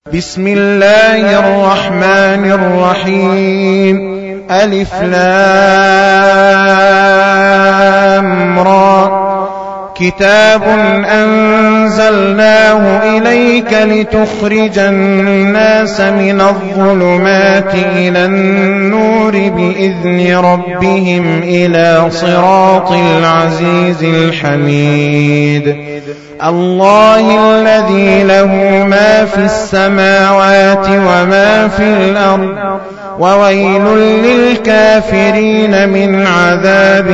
بسم الله الرحمن الرحيم. ألف لام را. كتاب أنزلناه إليك لتخرج الناس من الظلمات إلى النور بإذن ربهم إلى صراط العزيز الحميد. الله الذي له ما في السماوات وما في الأرض وويل للكافرين من عذاب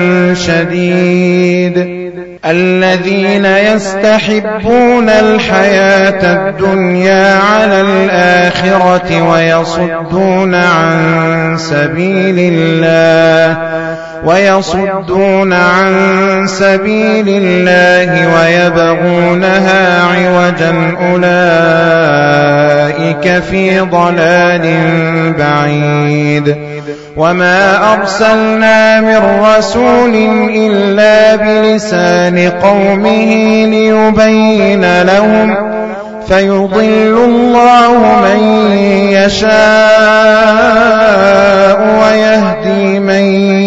شديد. الذين يستحبون الحياة الدنيا على الآخرة ويصدون عن سبيل الله ويبغونها عوجا أولئك في ضلال بعيد. وما أرسلنا من رسول إلا بلسان قومه ليبين لهم فيضل الله من يشاء ويهدي من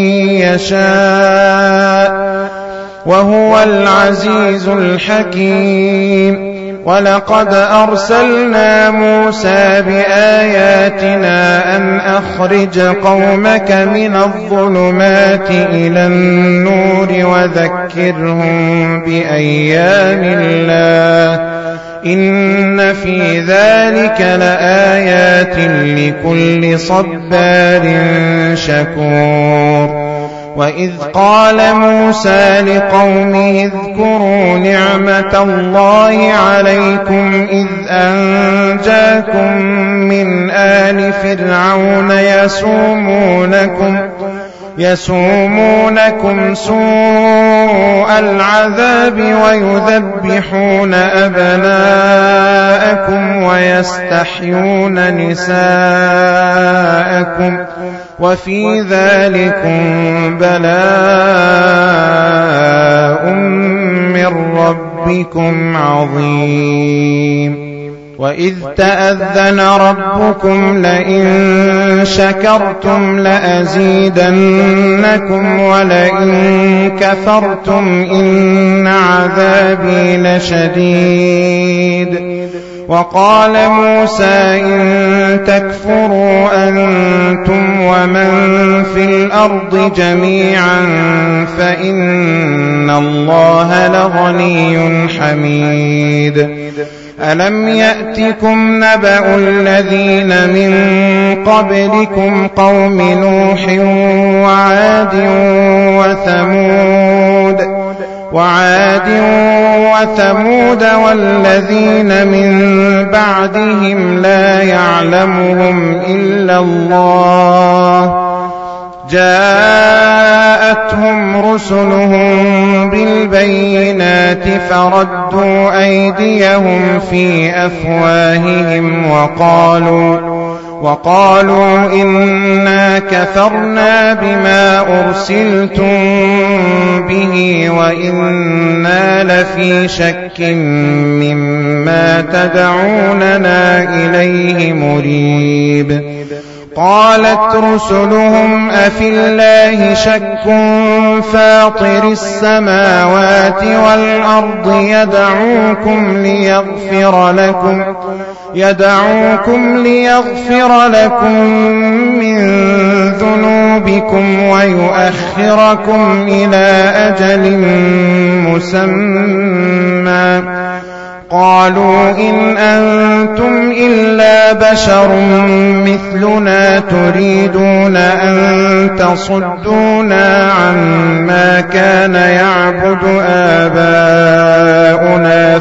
يشاء وهو العزيز الحكيم. ولقد أرسلنا موسى بآياتنا أن أخرج قومك من الظلمات إلى النور وذكرهم بأيام الله إن في ذلك لآيات لكل صبار شكور. وإذ قال موسى لقومه اذكروا نعمة الله عليكم إذ أنجاكم من آل فرعون يسومونكم سوء العذاب ويذبحون أبناءكم ويستحيون نساءكم وفي ذلكم بلاء من ربكم عظيم. وإذ تأذن ربكم لئن شكرتم لأزيدنكم ولئن كفرتم إن عذابي لشديد. وقال موسى إن تكفروا أنتم ومن في الأرض جميعا فإن الله لغني حميد. ألم يأتكم نبأ الذين من قبلكم قوم نوح وعاد وثمود والذين من بعدهم لا يعلمهم إلا الله جاءتهم رسلهم بالبينات فردوا أيديهم في أفواههم وقالوا إنا كفرنا بما أرسلتم به وإنا لفي شك مما تدعوننا إليه مريب. قالت رسلهم أفي الله شك فاطر السماوات والأرض يدعوكم ليغفر لكم من ذنوبكم ويؤخركم إلى أجل مسمى. قالوا إن أنتم إلا بشر مثلنا تريدون أن تصدونا عما كان يعبد آباؤنا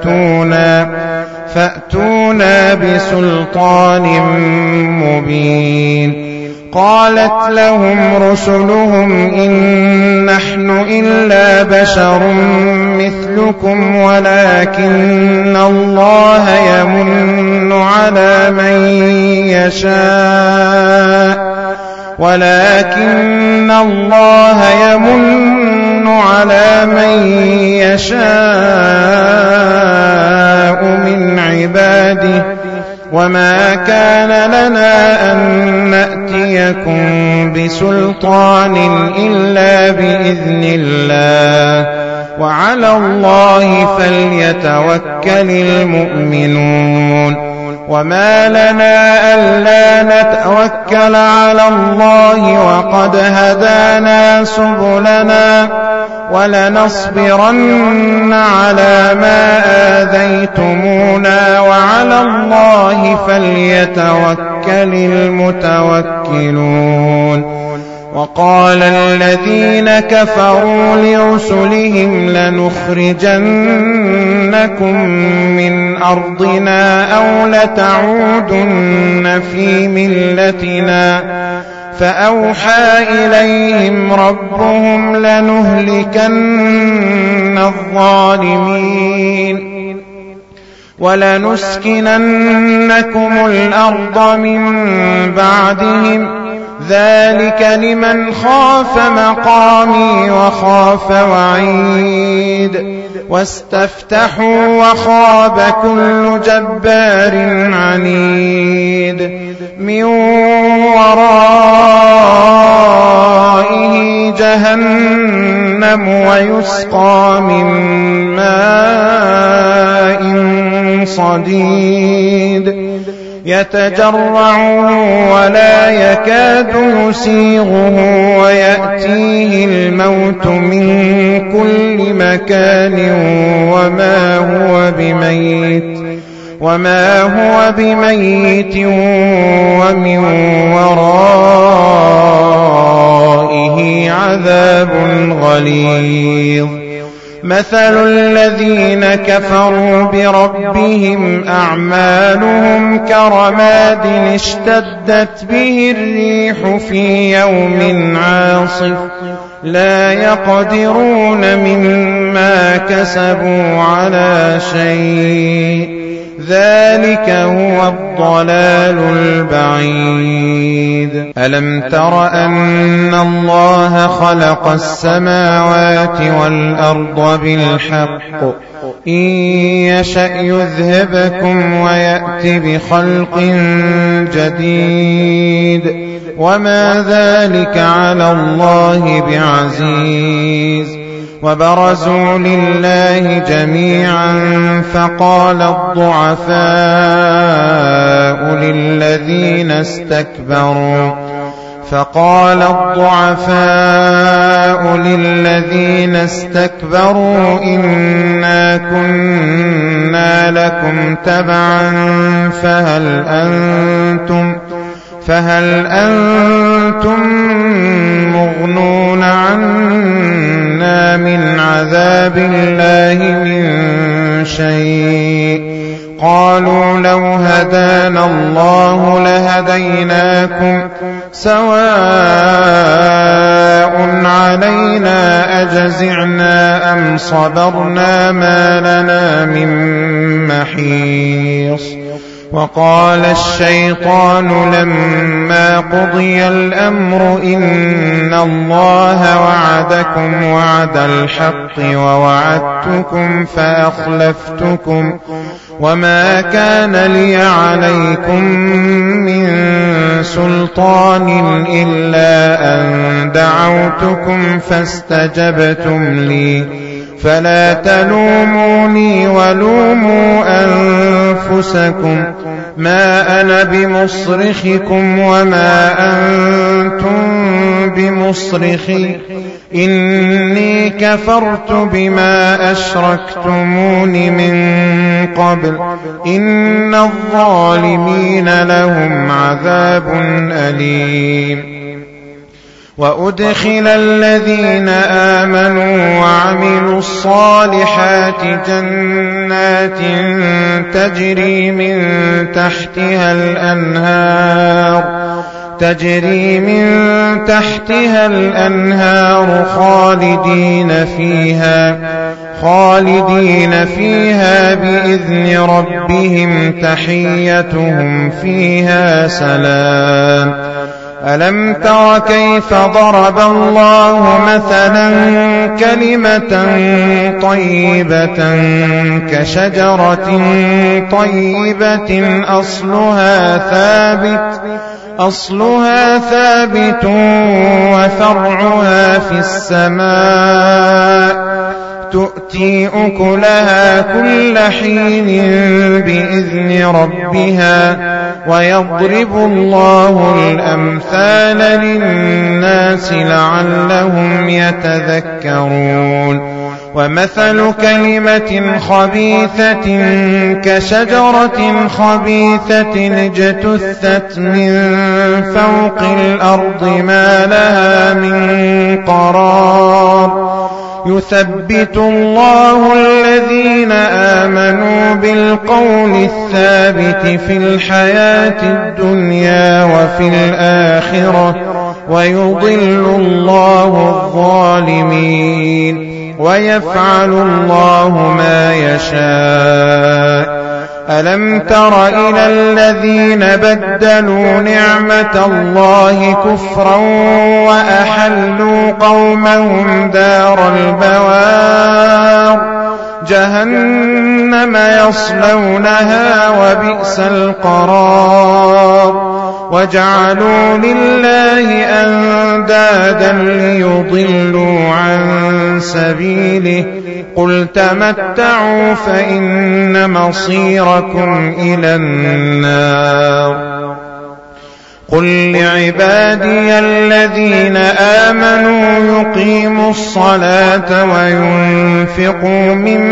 فأتونا بسلطان مبين. قالت لهم رسلهم إن نحن إلا بشر مثلكم ولكن الله يمن على من يشاء من عباده وما كان لنا أن نأتيكم بسلطان إلا بإذن الله وعلى الله فليتوكل المؤمنون وما لنا ألا نتوكل على الله وقد هدانا سبلنا ولنصبرن على ما آذيتمونا وعلى الله فليتوكل المتوكلون وقال الذين كفروا لرسلهم لنخرجنكم من أرضنا أو لتعودن في ملتنا فأوحى إليهم ربهم لنهلكن الظالمين ولنسكننكم الأرض من بعدهم ذلك لمن خاف مقامي وخاف وعيد واستفتحوا وخاب كل جبار عنيد من ورائه جهنم ويسقى من ماء صديد يتجرعه ولا يكاد يسيغه ويأتيه الموت من كل مكان وما هو بميت ومن ورائه عذاب غليظ مثل الذين كفروا بربهم أعمالهم كرماد اشتدت به الريح في يوم عاصف لا يقدرون مما كسبوا على شيء ذلك هو الضلال البعيد ألم تر أن الله خلق السماوات والأرض بالحق إن يشأ يذهبكم ويأت بخلق جديد وما ذلك على الله بعزيز وبرزوا لله جميعا فقال الضعفاء للذين استكبروا إنا كنا لكم تبعا فهل أنتم مغنون عنا من عذاب الله من شيء قالوا لو هدانا الله لهديناكم سواء علينا أجزعنا أم صبرنا ما لنا من محيص وقال الشيطان لما قضي الأمر إن الله وعدكم وعد الحق ووعدتكم فأخلفتكم وما كان لي عليكم من سلطان إلا أن دعوتكم فاستجبتم لي فلا تلوموني ولوموا أنفسكم ما أنا بمصرخكم وما أنتم بمصرخي إني كفرت بما أشركتمون من قبل إن الظالمين لهم عذاب أليم وأدخل الذين آمنوا وعملوا الصالحات جنات تجري من تحتها الأنهار خالدين فيها بإذن ربهم تحيتهم فيها سلام ألم تر كيف ضرب الله مثلا كلمة طيبة كشجرة طيبة أصلها ثابت وفرعها في السماء تؤتي أكلها كل حين بإذن ربها ويضرب الله الأمثال للناس لعلهم يتذكرون ومثل كلمة خبيثة كشجرة خبيثة اجتثت من فوق الأرض ما لها من قرار يثبت الله الذين آمنوا بالقول الثابت في الحياة الدنيا وفي الآخرة ويضل الله الظالمين ويفعل الله ما يشاء ألم تر إلى الذين بدلوا نعمة الله كفرا وأحلوا قومهم دار البوار جهنم يصلونها وبئس القرار وجعلوا لله أندادا ليضلوا عن سبيله قل تمتعوا فإن مصيركم إلى النار قل لعبادي الذين آمنوا يقيموا الصلاة وينفقوا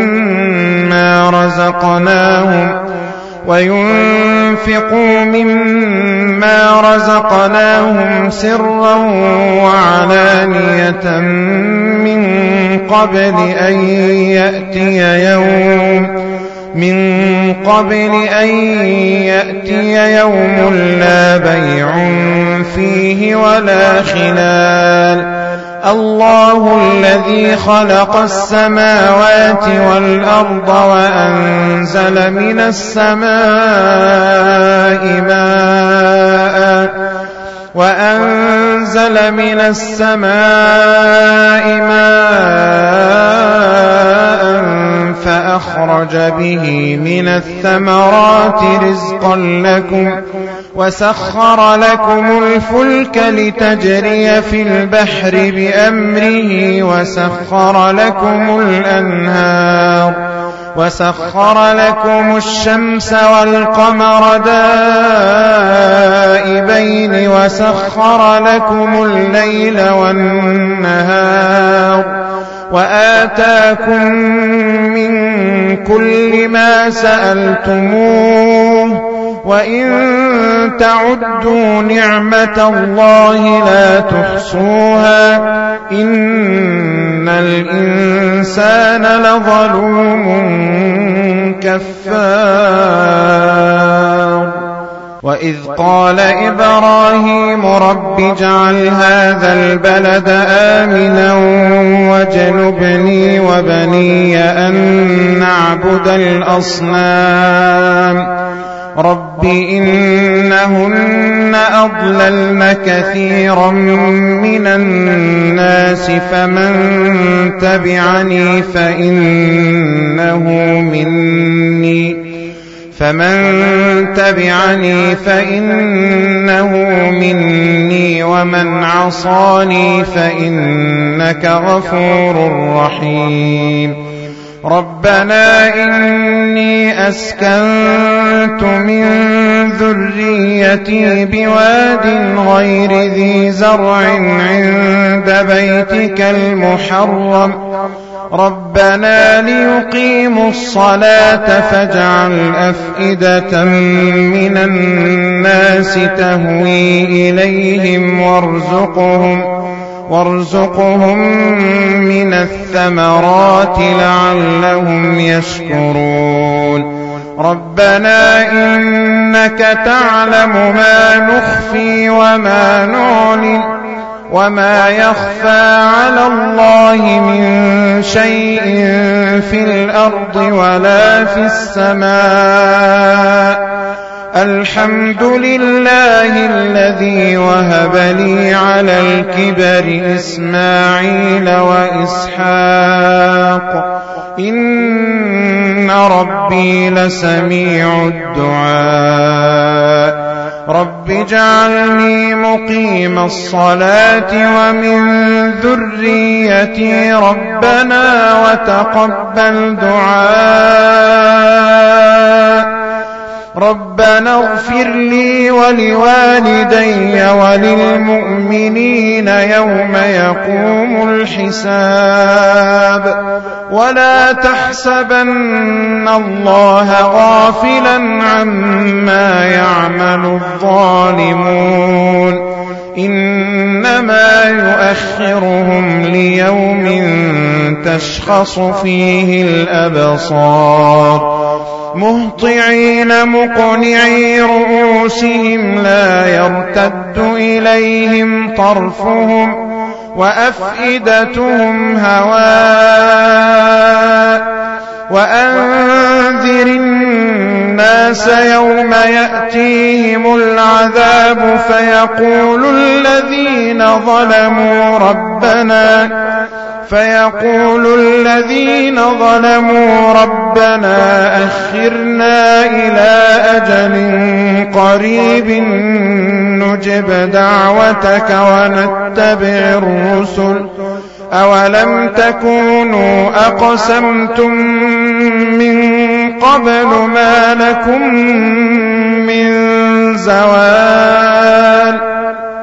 مما رزقناهم سرا وعلانية من قبل أن يأتي يوم لا بيع فيه ولا خلال الله الذي خلق السماوات والأرض وأنزل من السماء ماء فأخرج به من الثمرات رزقا لكم وسخر لكم الفلك لتجري في البحر بأمره وسخر لكم الشمس والقمر دائبين وسخر لكم الليل والنهار وآتاكم من كل ما سألتموه وإن تعدوا نعمة الله لا تحصوها إن الإنسان لظلوم كفار وإذ قال إبراهيم رب اجعل هذا البلد آمنا واجنبني وبني أن نعبد الأصنام رب إنهن أضللن كثيرا من الناس فمن تبعني فإنه مني ومن عصاني فإنك غفور رحيم ربنا إني أسكنت من ذريتي بواد غير ذي زرع عند بيتك المحرم ربنا ليقيموا الصلاة فاجعل أفئدة من الناس تهوي إليهم وارزقهم من الثمرات لعلهم يشكرون ربنا إنك تعلم ما نخفي وما نعلن وما يخفى على الله من شيء في الأرض ولا في السماء الحمد لله الذي وهب لي على الكبر إسماعيل وإسحاق إن ربي لسميع الدعاء رب اجعلني مقيم الصلاة ومن ذريتي ربنا وتقبل دعاء ربنا اغفر لي ولوالدي وللمؤمنين يوم يقوم الحساب ولا تحسبن الله غافلا عما يعمل الظالمون إنما يؤخرهم ليوم تشخص فيه الأبصار مهطعين مقنعي رؤوسهم لا يرتد إليهم طرفهم وأفئدتهم هواء وأنذر الناس يوم يأتيهم العذاب فيقول الذين ظلموا ربنا أخرنا إلى أجل قريب نجب دعوتك ونتبع الرسل أولم تكونوا أقسمتم من قبل ما لكم من زوال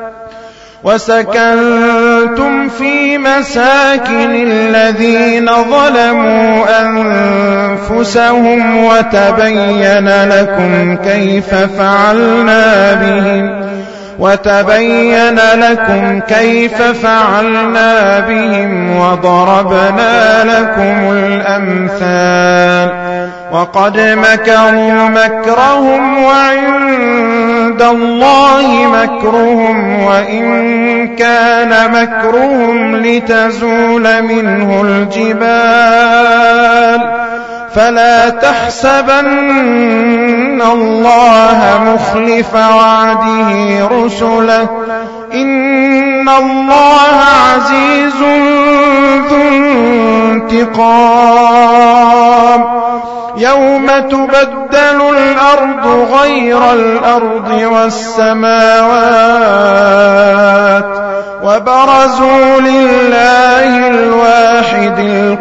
وسكنتم في مساكن الذين ظلموا أنفسهم وتبين لكم كيف فعلنا بهم وضربنا لكم الأمثال وقد مكروا مكرهم وعند الله مكرهم وإن كان مكرهم لتزول منه الجبال فلا تحسبن الله مخلف وعده رسله إن الله عزيز ذو انتقام يوم تبدل الأرض غير الأرض والسماوات وبرزوا لله الواحد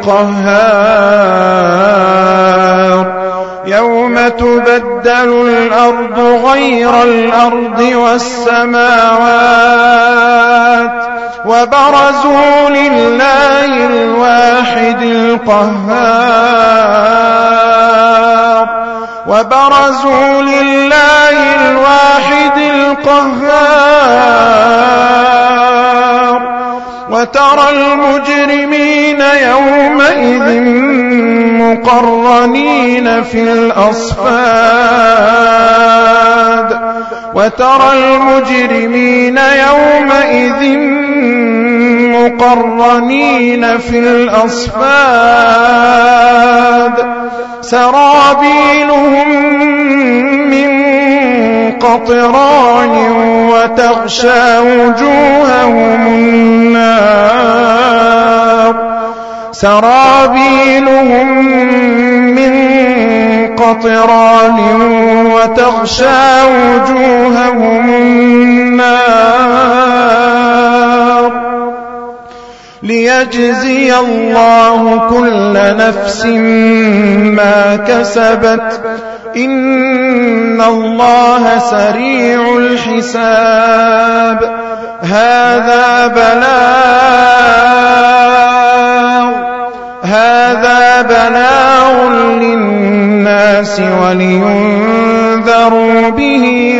القهار يوم تبدل الأرض غير الأرض والسماوات وبرزوا لله الواحد القهار وترى المجرمين يومئذ مقرنين في الأصفاد سرابيلهم من قطران وتغشى وجوههم النار ليجزي الله كل نفس ما كسبت إن الله سريع الحساب هذا بلاغ للناس ولينذروا به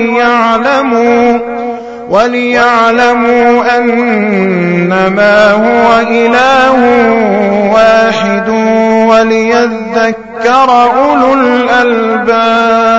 وليعلموا أنما هو إله واحد وليذكر أولو الألباب.